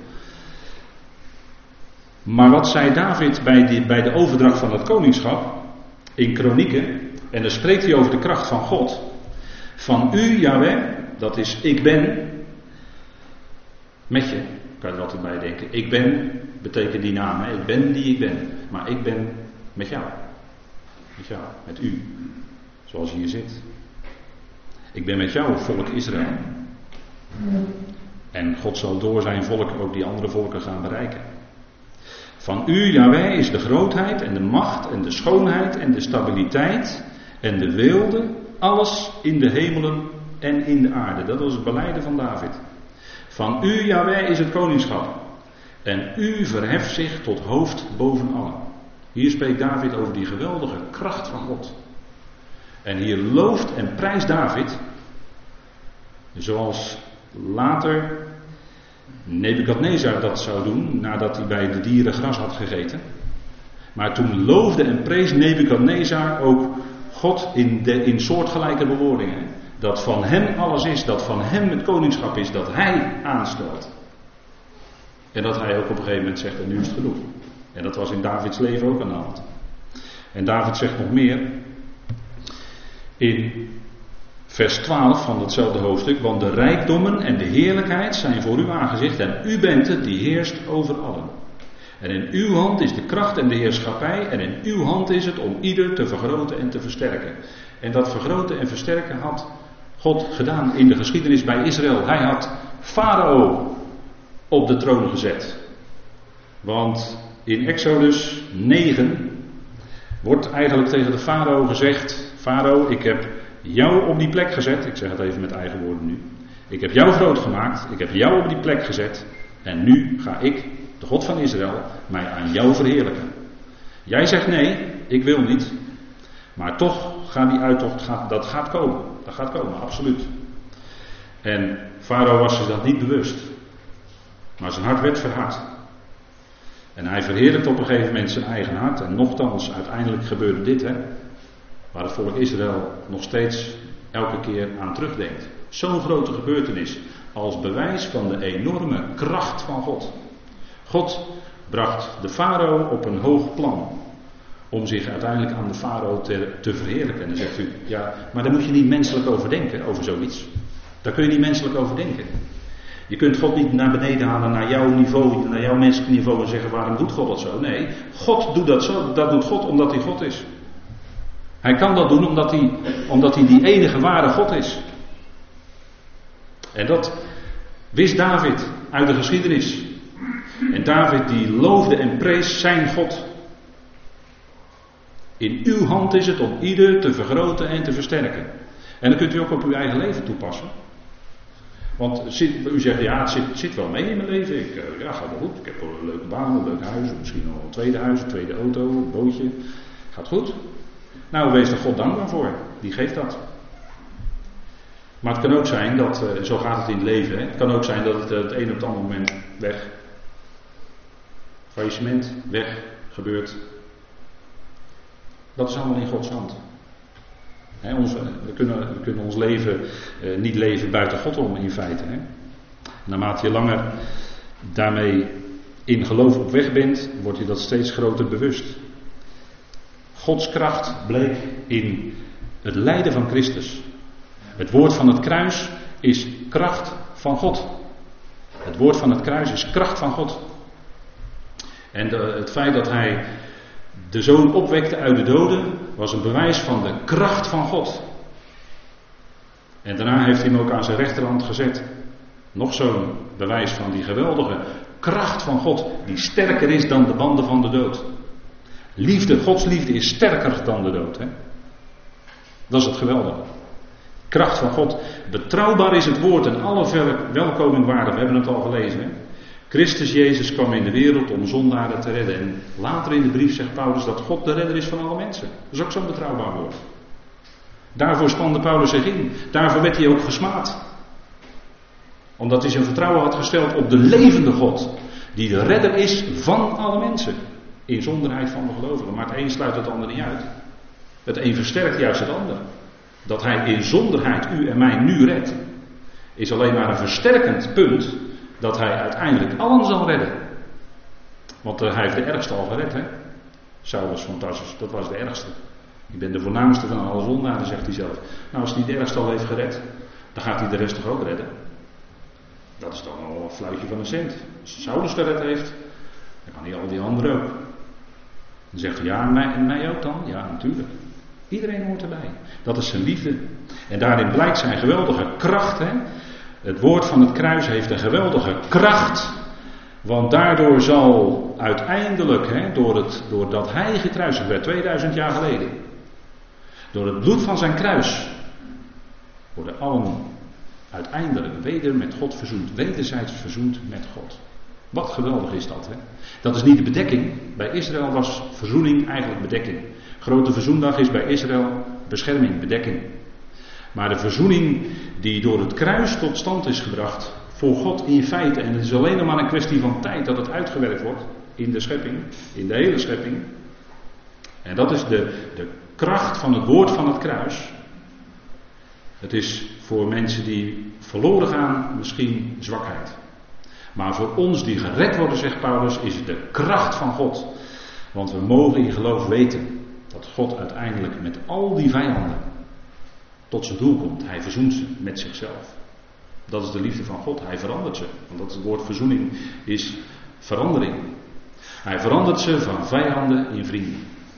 Maar wat zei David bij, die, bij de overdracht van het koningschap in Kronieken? En dan spreekt hij over de kracht van God. Van u, Yahweh, dat is ik ben, met je, kan je er altijd bij denken. Ik ben, betekent die naam, hè? Ik ben die ik ben. Maar ik ben met jou. Met jou, met u. Zoals je hier zit. Ik ben met jou, volk Israël. En God zal door zijn volk ook die andere volken gaan bereiken. Van u, Yahweh, is de grootheid en de macht en de schoonheid en de stabiliteit en de weelde, alles in de hemelen en in de aarde. Dat was het belijden van David. Van u, Yahweh, is het koningschap. En u verheft zich tot hoofd boven allen. Hier spreekt David over die geweldige kracht van God. En hier looft en prijst David, zoals later Nebukadnezar dat zou doen, nadat hij bij de dieren gras had gegeten. Maar toen loofde en prees Nebukadnezar ook God in, de, in soortgelijke bewoordingen. Dat van hem alles is, dat van hem het koningschap is, dat hij aanstelt. En dat hij ook op een gegeven moment zegt, en nu is het genoeg. En dat was in Davids leven ook aan de hand. En David zegt nog meer in vers twaalf van datzelfde hoofdstuk. Want de rijkdommen en de heerlijkheid zijn voor uw aangezicht en u bent het die heerst over allen. En in uw hand is de kracht en de heerschappij en in uw hand is het om ieder te vergroten en te versterken. En dat vergroten en versterken had God gedaan in de geschiedenis bij Israël. Hij had Farao op de troon gezet. Want in Exodus negen wordt eigenlijk tegen de farao gezegd: Farao, ik heb jou op die plek gezet. Ik zeg het even met eigen woorden nu. Ik heb jou groot gemaakt. Ik heb jou op die plek gezet. En nu ga ik, de God van Israël, mij aan jou verheerlijken. Jij zegt nee, ik wil niet. Maar toch gaat die uittocht, dat gaat komen. Dat gaat komen, absoluut. En Farao was zich dat niet bewust. Maar zijn hart werd verhard. En hij verheerlijkte op een gegeven moment zijn eigen hart. En nochtans, uiteindelijk gebeurde dit, hè. Waar het volk Israël nog steeds elke keer aan terugdenkt. Zo'n grote gebeurtenis. Als bewijs van de enorme kracht van God. God bracht de farao op een hoog plan. Om zich uiteindelijk aan de farao te, te verheerlijken. En dan zegt u, ja, maar daar moet je niet menselijk over denken, over zoiets. Daar kun je niet menselijk over denken. Je kunt God niet naar beneden halen, naar jouw niveau, naar jouw menselijk niveau en zeggen, waarom doet God dat zo? Nee, God doet dat zo. Dat doet God omdat hij God is. Hij kan dat doen omdat hij, omdat hij die enige ware God is. En dat wist David uit de geschiedenis. En David die loofde en prees zijn God. In uw hand is het om ieder te vergroten en te versterken. En dat kunt u ook op uw eigen leven toepassen. Want zit, u zegt, ja, het zit, zit wel mee in mijn leven. Ik, uh, ja, gaat wel goed. Ik heb wel een leuke baan, een leuk huis, misschien nog een tweede huis, een tweede auto, een bootje. Gaat goed. Nou, wees er God dankbaar voor. Die geeft dat. Maar het kan ook zijn dat, uh, zo gaat het in het leven, hè? Het kan ook zijn dat het uh, het een op het andere moment weg. Faillissement, weg, gebeurt. Dat is allemaal in Gods hand. He, onze, we, kunnen, we kunnen ons leven uh, niet leven buiten God om in feite. He. Naarmate je langer daarmee in geloof op weg bent, word je dat steeds groter bewust. Gods kracht bleek in het lijden van Christus. Het woord van het kruis is kracht van God. Het woord van het kruis is kracht van God. En de, het feit dat hij de Zoon opwekte uit de doden was een bewijs van de kracht van God. En daarna heeft hij hem ook aan zijn rechterhand gezet. Nog zo'n bewijs van die geweldige kracht van God, die sterker is dan de banden van de dood. Liefde, Gods liefde is sterker dan de dood. Hè? Dat is het geweldige. Kracht van God. Betrouwbaar is het woord en alle welkoming waardig. We hebben het al gelezen. Hè? Christus Jezus kwam in de wereld om zondaren te redden. En later in de brief zegt Paulus dat God de redder is van alle mensen. Dat is ook zo'n betrouwbaar woord. Daarvoor spande Paulus zich in. Daarvoor werd hij ook gesmaad. Omdat hij zijn vertrouwen had gesteld op de levende God. Die de redder is van alle mensen. Inzonderheid van de gelovigen. Maar het een sluit het ander niet uit. Het een versterkt juist het ander. Dat hij in zonderheid u en mij nu redt. Is alleen maar een versterkend punt. Dat hij uiteindelijk allen zal redden. Want uh, hij heeft de ergste al gered. Hè? Saulus van Tarsus. Dat was de ergste. Ik ben de voornaamste van alle zondaren, zegt hij zelf. Nou, als hij de ergste al heeft gered. Dan gaat hij de rest toch ook redden. Dat is dan al een fluitje van een cent. Als Saulus gered heeft. Dan kan hij al die anderen ook. Dan zegt hij, ja, en mij, en mij ook dan? Ja, natuurlijk. Iedereen hoort erbij. Dat is zijn liefde. En daarin blijkt zijn geweldige kracht. Hè? Het woord van het kruis heeft een geweldige kracht. Want daardoor zal uiteindelijk, hè, door het, doordat hij gekruisigd werd, tweeduizend jaar geleden. Door het bloed van zijn kruis. Worden allen uiteindelijk weder met God verzoend. Wederzijds verzoend met God. Wat geweldig is dat, hè? Dat is niet de bedekking. Bij Israël was verzoening eigenlijk bedekking. Grote verzoendag is bij Israël bescherming, bedekking. Maar de verzoening die door het kruis tot stand is gebracht, voor God in feite, en het is alleen nog maar een kwestie van tijd dat het uitgewerkt wordt in de schepping, in de hele schepping. En dat is de, de kracht van het woord van het kruis. Het is voor mensen die verloren gaan misschien zwakheid. Maar voor ons die gered worden, zegt Paulus, is het de kracht van God. Want we mogen in geloof weten dat God uiteindelijk met al die vijanden tot zijn doel komt. Hij verzoent ze met zichzelf. Dat is de liefde van God. Hij verandert ze. Want dat is het woord verzoening is verandering. Hij verandert ze van vijanden in vrienden.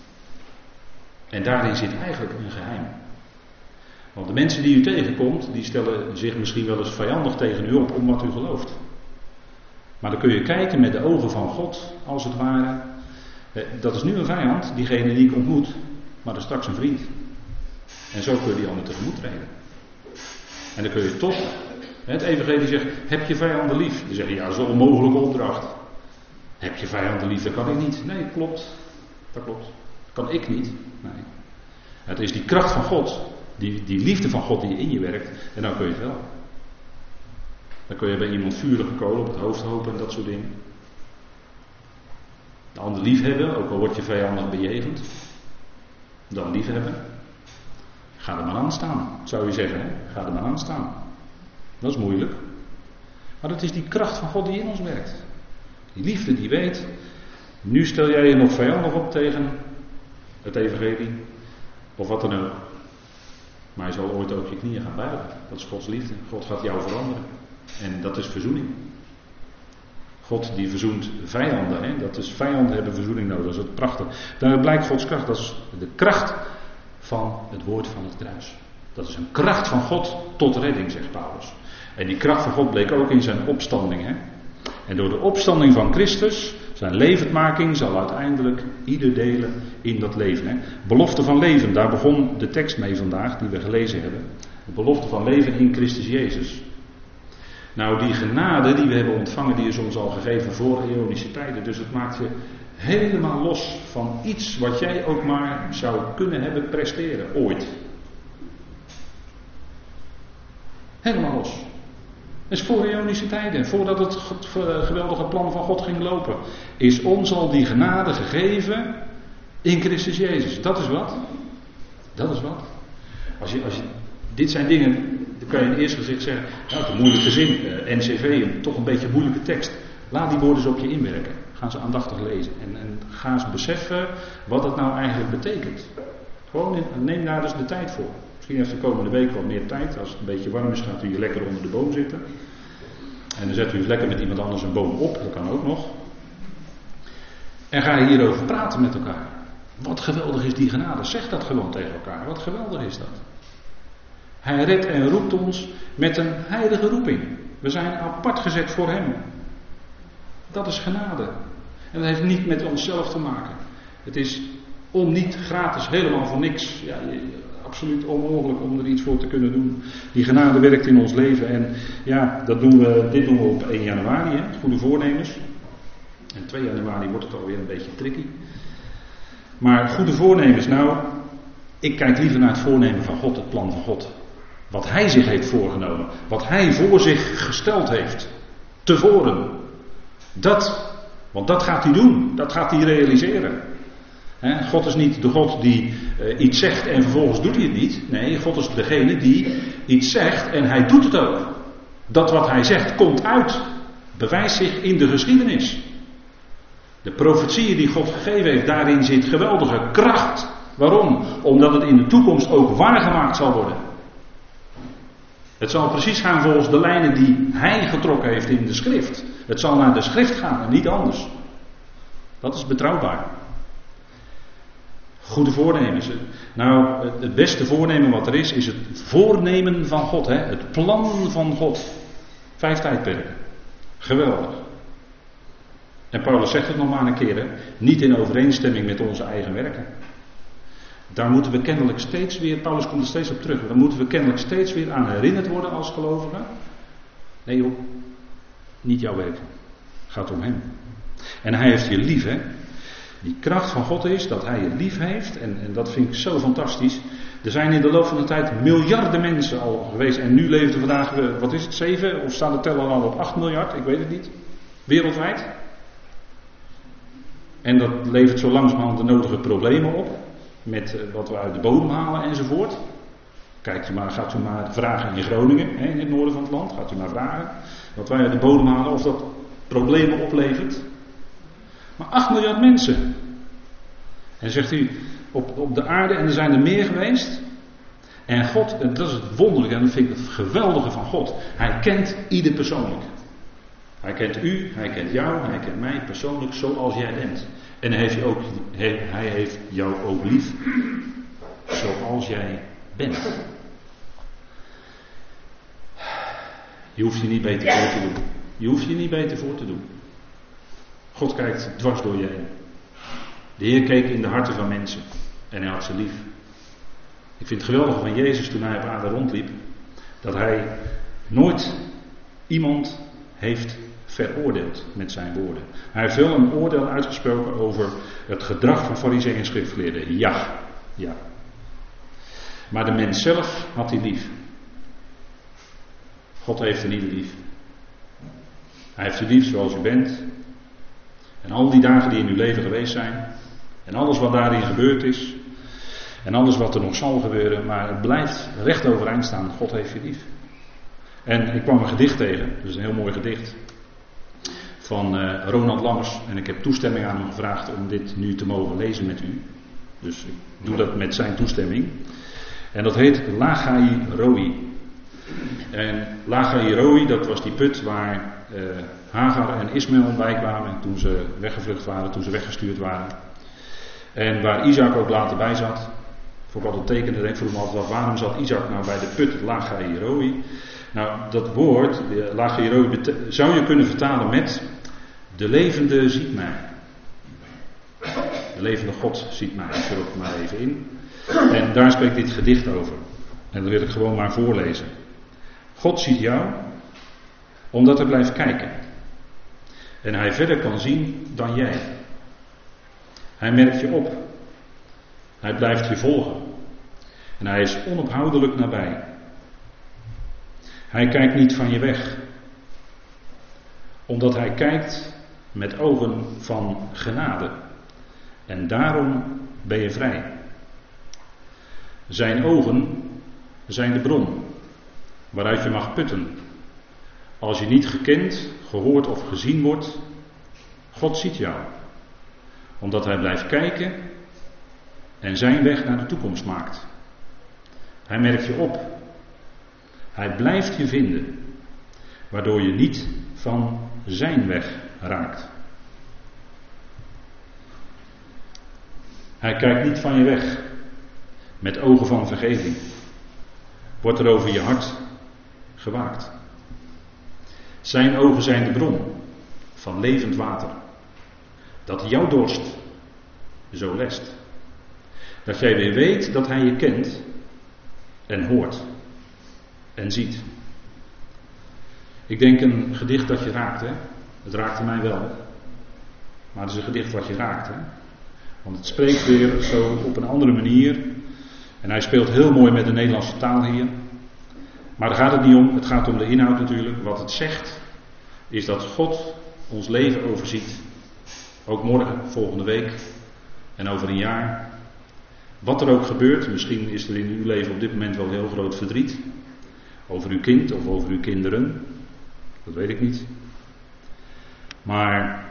En daarin zit eigenlijk een geheim. Want de mensen die u tegenkomt, die stellen zich misschien wel eens vijandig tegen u op om wat u gelooft. Maar dan kun je kijken met de ogen van God, als het ware. Dat is nu een vijand, diegene die ik ontmoet, maar dat is straks een vriend. En zo kun je die ander tegemoet treden. En dan kun je toch, het evangelie zegt, heb je vijanden lief? Dan zeg je, ja, dat is een onmogelijke opdracht. Heb je vijanden lief? Dat kan ik niet. Nee, klopt. Dat klopt. Dat kan ik niet. Nee. Het is die kracht van God, die, die liefde van God die in je werkt, en dan kun je het wel. Dan kun je bij iemand vurige kolen op het hoofd hopen en dat soort dingen. De ander lief hebben, ook al word je vijandig bejegend. Dan lief hebben. Ga er maar aan staan, zou je zeggen. Hè? Ga er maar aan staan. Dat is moeilijk. Maar dat is die kracht van God die in ons werkt. Die liefde die weet. Nu stel jij je nog vijandig op tegen het evangelie. Of wat dan ook. Maar je zal ooit ook je knieën gaan buigen. Dat is Gods liefde. God gaat jou veranderen. En dat is verzoening. God die verzoent vijanden. Hè? Dat is vijanden hebben verzoening nodig. Dat is het prachtig. Daar blijkt Gods kracht. Dat is de kracht van het woord van het kruis. Dat is een kracht van God tot redding, zegt Paulus. En die kracht van God bleek ook in zijn opstanding. Hè? En door de opstanding van Christus, zijn levendmaking, zal uiteindelijk ieder delen in dat leven. Hè? Belofte van leven, daar begon de tekst mee vandaag, die we gelezen hebben. De belofte van leven in Christus Jezus. Nou, die genade die we hebben ontvangen, die is ons al gegeven voor eonische tijden. Dus het maakt je helemaal los van iets wat jij ook maar zou kunnen hebben presteren, ooit. Helemaal los. Dat is voor eonische tijden. Voordat het geweldige plan van God ging lopen, is ons al die genade gegeven in Christus Jezus. Dat is wat. Dat is wat. als je, als je, dit zijn dingen, dan kan je in het eerste gezicht zeggen, nou, het is een moeilijke zin, uh, N C V, een, toch een beetje een moeilijke tekst. Laat die woorden eens op je inwerken. Ga ze aandachtig lezen. En, en ga eens beseffen wat het nou eigenlijk betekent. Gewoon, neem daar dus de tijd voor. Misschien heeft de komende week wat meer tijd. Als het een beetje warm is, gaat u hier lekker onder de boom zitten. En dan zet u lekker met iemand anders een boom op. Dat kan ook nog. En ga je hierover praten met elkaar. Wat geweldig is die genade. Zeg dat gewoon tegen elkaar. Wat geweldig is dat. Hij redt en roept ons met een heilige roeping. We zijn apart gezet voor hem. Dat is genade. En dat heeft niet met onszelf te maken. Het is om niet gratis, helemaal voor niks. Ja, absoluut onmogelijk om er iets voor te kunnen doen. Die genade werkt in ons leven. En ja, dat doen we, dit doen we op één januari. Hè? Goede voornemens. En twee januari wordt het alweer een beetje tricky. Maar goede voornemens, nou, ik kijk liever naar het voornemen van God, het plan van God. Wat hij zich heeft voorgenomen. Wat hij voor zich gesteld heeft. Tevoren. Dat, want dat gaat hij doen. Dat gaat hij realiseren. He, God is niet de God die uh, iets zegt en vervolgens doet hij het niet. Nee, God is degene die iets zegt en hij doet het ook. Dat wat hij zegt komt uit. Bewijst zich in de geschiedenis. De profetieën die God gegeven heeft, daarin zit geweldige kracht. Waarom? Omdat het in de toekomst ook waargemaakt zal worden. Het zal precies gaan volgens de lijnen die hij getrokken heeft in de schrift. Het zal naar de schrift gaan en niet anders. Dat is betrouwbaar. Goede voornemens. Nou, het beste voornemen wat er is, is het voornemen van God. Hè? Het plan van God. Vijf tijdperken. Geweldig. En Paulus zegt het nog maar een keer. Hè? Niet in overeenstemming met onze eigen werken. Daar moeten we kennelijk steeds weer, Paulus komt er steeds op terug, daar moeten we kennelijk steeds weer aan herinnerd worden als gelovigen. Nee joh, niet jouw werk. Het gaat om hem. En hij heeft je lief, hè. Die kracht van God is dat hij je lief heeft, en, en dat vind ik zo fantastisch. Er zijn in de loop van de tijd miljarden mensen al geweest, en nu leven er vandaag, wat is het, zeven? Of staat de teller al op acht miljard? Ik weet het niet. Wereldwijd. En dat levert zo langzamerhand de nodige problemen op. Met wat we uit de bodem halen enzovoort. Kijkt u maar, gaat u maar vragen in Groningen, hè, in het noorden van het land. Gaat u maar vragen wat wij uit de bodem halen, of dat problemen oplevert. Maar acht miljard mensen. En zegt u, op, op de aarde, en er zijn er meer geweest. En God, en dat is het wonderlijke, en dat vind ik het geweldige van God. Hij kent ieder persoonlijk. Hij kent u, hij kent jou, hij kent mij persoonlijk zoals jij bent. En hij heeft, je ook, hij heeft jou ook lief zoals jij bent. Je hoeft je niet beter voor te doen. Je hoeft je niet beter voor te doen. God kijkt dwars door je heen. De Heer keek in de harten van mensen. En hij had ze lief. Ik vind het geweldig van Jezus toen hij op aarde rondliep. Dat hij nooit iemand heeft veroordeeld met zijn woorden. Hij heeft wel een oordeel uitgesproken over het gedrag van farizeeën en schriftgeleerden. Ja, ja. Maar de mens zelf had hij lief. God heeft er niet lief. Hij heeft u lief zoals u bent. En al die dagen die in uw leven geweest zijn. En alles wat daarin gebeurd is. En alles wat er nog zal gebeuren. Maar het blijft recht overeind staan. God heeft je lief. En ik kwam een gedicht tegen. Dat is een heel mooi gedicht. Van uh, Ronald Lammers. En ik heb toestemming aan hem gevraagd om dit nu te mogen lezen met u. Dus ik doe dat met zijn toestemming. En dat heet Lagai Roi. En Lagai Roi, dat was die put waar uh, Hagar en Ismaël bij kwamen toen ze weggevlucht waren, toen ze weggestuurd waren. En waar Isaac ook later bij zat. Vond ik altijd tekenen, ik vroeg me altijd af, waarom zat Isaac nou bij de put Lagai Roi? Nou, dat woord, Lagai Roi, zou je kunnen vertalen met de levende ziet mij. De levende God ziet mij, ik vul het maar even in. En daar spreekt dit gedicht over. En dat wil ik gewoon maar voorlezen. God ziet jou, omdat hij blijft kijken. En hij verder kan zien dan jij. Hij merkt je op. Hij blijft je volgen. En hij is onophoudelijk nabij. Hij kijkt niet van je weg. Omdat hij kijkt met ogen van genade. En daarom ben je vrij. Zijn ogen zijn de bron waaruit je mag putten. Als je niet gekend, gehoord of gezien wordt, God ziet jou. Omdat hij blijft kijken en zijn weg naar de toekomst maakt. Hij merkt je op. Hij blijft je vinden. Waardoor je niet van zijn weg raakt. Hij kijkt niet van je weg. Met ogen van vergeving. Wordt er over je hart gewaakt. Zijn ogen zijn de bron van levend water. Dat jouw dorst zo lest. Dat jij weer weet dat hij je kent en hoort en ziet. Ik denk een gedicht dat je raakt, hè. Het raakte mij wel. Maar het is een gedicht wat je raakt, hè. Want het spreekt weer zo op een andere manier. En hij speelt heel mooi met de Nederlandse taal hier. Maar daar gaat het niet om. Het gaat om de inhoud natuurlijk. Wat het zegt is dat God ons leven overziet. Ook morgen, volgende week en over een jaar. Wat er ook gebeurt. Misschien is er in uw leven op dit moment wel heel groot verdriet. Over uw kind of over uw kinderen. Dat weet ik niet. Maar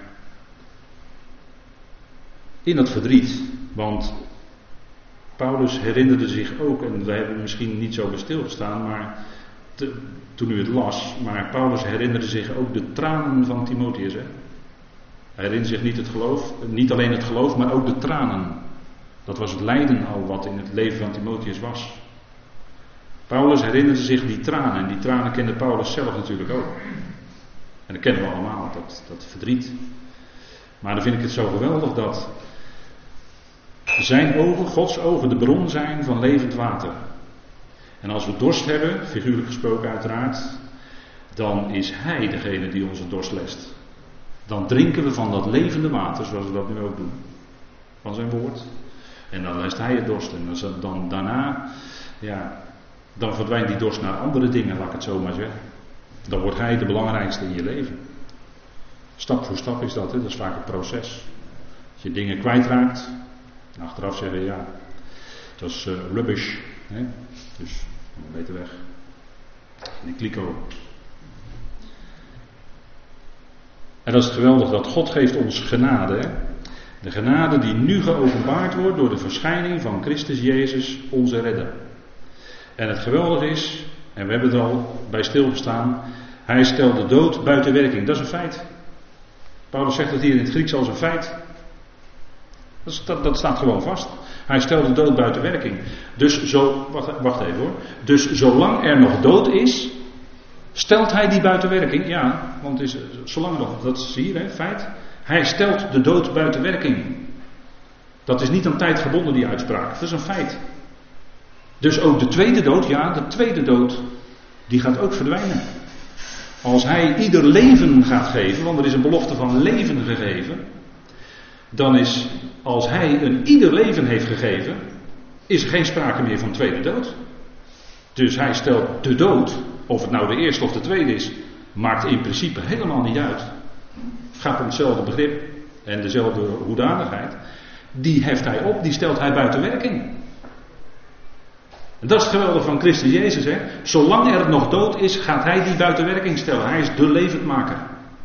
in dat verdriet, want Paulus herinnerde zich ook, en we hebben misschien niet zo bij stilgestaan, maar te, toen u het las, maar Paulus herinnerde zich ook de tranen van Timotheus. Hè? Hij herinnerde zich niet het geloof, niet alleen het geloof, maar ook de tranen. Dat was het lijden al wat in het leven van Timotheus was. Paulus herinnerde zich die tranen, en die tranen kende Paulus zelf natuurlijk ook. En dat kennen we allemaal, dat, dat verdriet. Maar dan vind ik het zo geweldig dat zijn ogen, Gods ogen, de bron zijn van levend water. En als we dorst hebben, figuurlijk gesproken uiteraard, dan is hij degene die onze dorst lest. Dan drinken we van dat levende water, zoals we dat nu ook doen. Van zijn woord. En dan lest hij het dorst. En dan, dan daarna, ja, dan verdwijnt die dorst naar andere dingen, laat ik het zo maar zeggen. Dan wordt hij de belangrijkste in je leven. Stap voor stap is dat, hè? Dat is vaak een proces. Als je dingen kwijtraakt, en achteraf zeggen ja, dat is uh, rubbish. Hè? Dus beter weg. Die kliko. En dat is het geweldig dat God geeft ons genade. Hè? De genade die nu geopenbaard wordt door de verschijning van Christus Jezus, onze redder. En het geweldige is, en we hebben er al bij stilgestaan, hij stelt de dood buiten werking. Dat is een feit. Paulus zegt het hier in het Grieks als een feit. Dat, is, dat, dat staat gewoon vast. Hij stelt de dood buiten werking. Dus zo, wacht, wacht even hoor. Dus zolang er nog dood is, stelt hij die buiten werking. Ja, want is, zolang nog, dat is hier, hè, feit. Hij stelt de dood buiten werking. Dat is niet aan tijd gebonden, die uitspraak. Dat is een feit. Dus ook de tweede dood, ja, de tweede dood, die gaat ook verdwijnen. Als hij ieder leven gaat geven, want er is een belofte van leven gegeven, dan is, als hij een ieder leven heeft gegeven, is er geen sprake meer van tweede dood. Dus hij stelt de dood, of het nou de eerste of de tweede is, maakt in principe helemaal niet uit. Het gaat om hetzelfde begrip en dezelfde hoedanigheid. Die heft hij op, die stelt hij buiten werking. En dat is het geweldige van Christus Jezus. Hè? Zolang er nog dood is, gaat hij die buiten werking stellen. Hij is de levendmaker.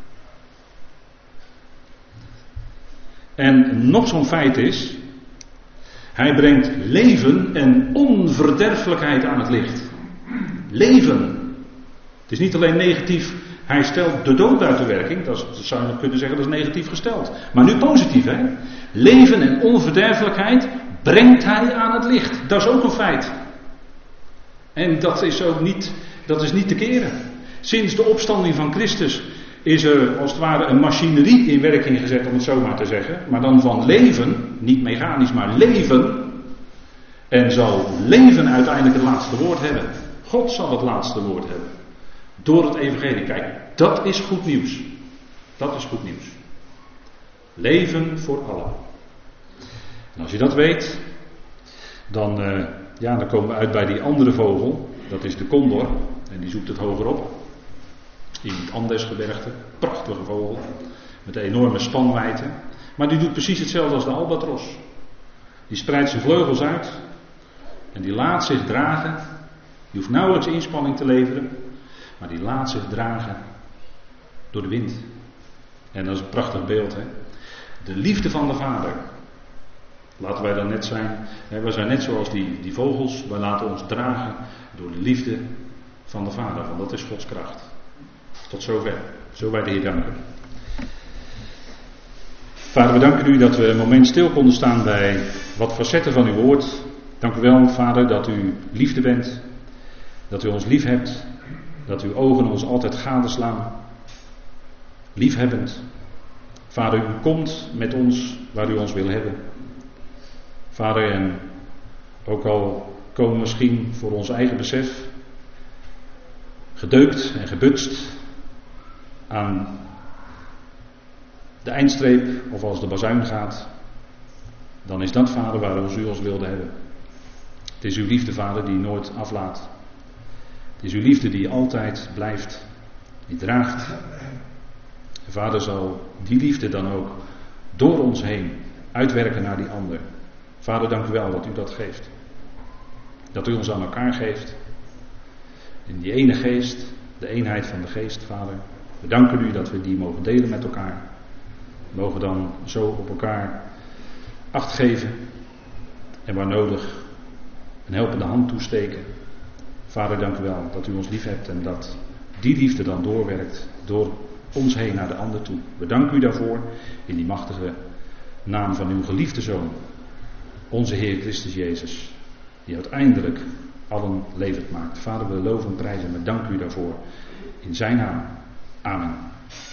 En nog zo'n feit is, hij brengt leven en onverderfelijkheid aan het licht. Leven. Het is niet alleen negatief, hij stelt de dood buiten werking. Dat, is, dat zou je nog kunnen zeggen, dat is negatief gesteld. Maar nu positief, hè. Leven en onverderfelijkheid brengt hij aan het licht. Dat is ook een feit. En dat is ook niet, dat is niet te keren. Sinds de opstanding van Christus is er als het ware een machinerie in werking gezet, om het zo maar te zeggen. Maar dan van leven, niet mechanisch, maar leven. En zal leven uiteindelijk het laatste woord hebben. God zal het laatste woord hebben. Door het evangelie. Kijk, dat is goed nieuws. Dat is goed nieuws. Leven voor allen. En als je dat weet, dan, uh, ja, dan komen we uit bij die andere vogel. Dat is de condor. En die zoekt het hoger op. In het Andesgebergte. Prachtige vogel. Met een enorme spanwijdte. Maar die doet precies hetzelfde als de albatros. Die spreidt zijn vleugels uit. En die laat zich dragen Die hoeft nauwelijks inspanning te leveren, maar die laat zich dragen door de wind. En dat is een prachtig beeld, hè. De liefde van de Vader. Laten wij dan net zijn, hè, wij zijn net zoals die, die vogels, wij laten ons dragen door de liefde van de Vader, want dat is Gods kracht. Tot zover. Zo wij de Heer danken. Vader, we danken u dat we een moment stil konden staan bij wat facetten van uw woord. Dank u wel, Vader, dat u liefde bent, dat u ons lief hebt, dat uw ogen ons altijd gadeslaan. Liefhebbend. Vader, u komt met ons waar u ons wil hebben. Vader, en ook al komen we misschien voor ons eigen besef gedeukt en gebutst aan de eindstreep of als de bazuin gaat, dan is dat, Vader, waar u ons wilde hebben. Het is uw liefde, Vader, die nooit aflaat. Het is uw liefde die altijd blijft, die draagt. En Vader, zal die liefde dan ook door ons heen uitwerken naar die ander. Vader, dank u wel dat u dat geeft. Dat u ons aan elkaar geeft. In die ene geest, de eenheid van de geest, Vader. We danken u dat we die mogen delen met elkaar. We mogen dan zo op elkaar acht geven. En waar nodig een helpende hand toesteken. Vader, dank u wel dat u ons lief hebt en dat die liefde dan doorwerkt door ons heen naar de ander toe. We danken u daarvoor in die machtige naam van uw geliefde Zoon. Onze Heer Christus Jezus, die uiteindelijk allen levend maakt. Vader, we loven en prijzen en we danken u daarvoor. In zijn naam. Amen.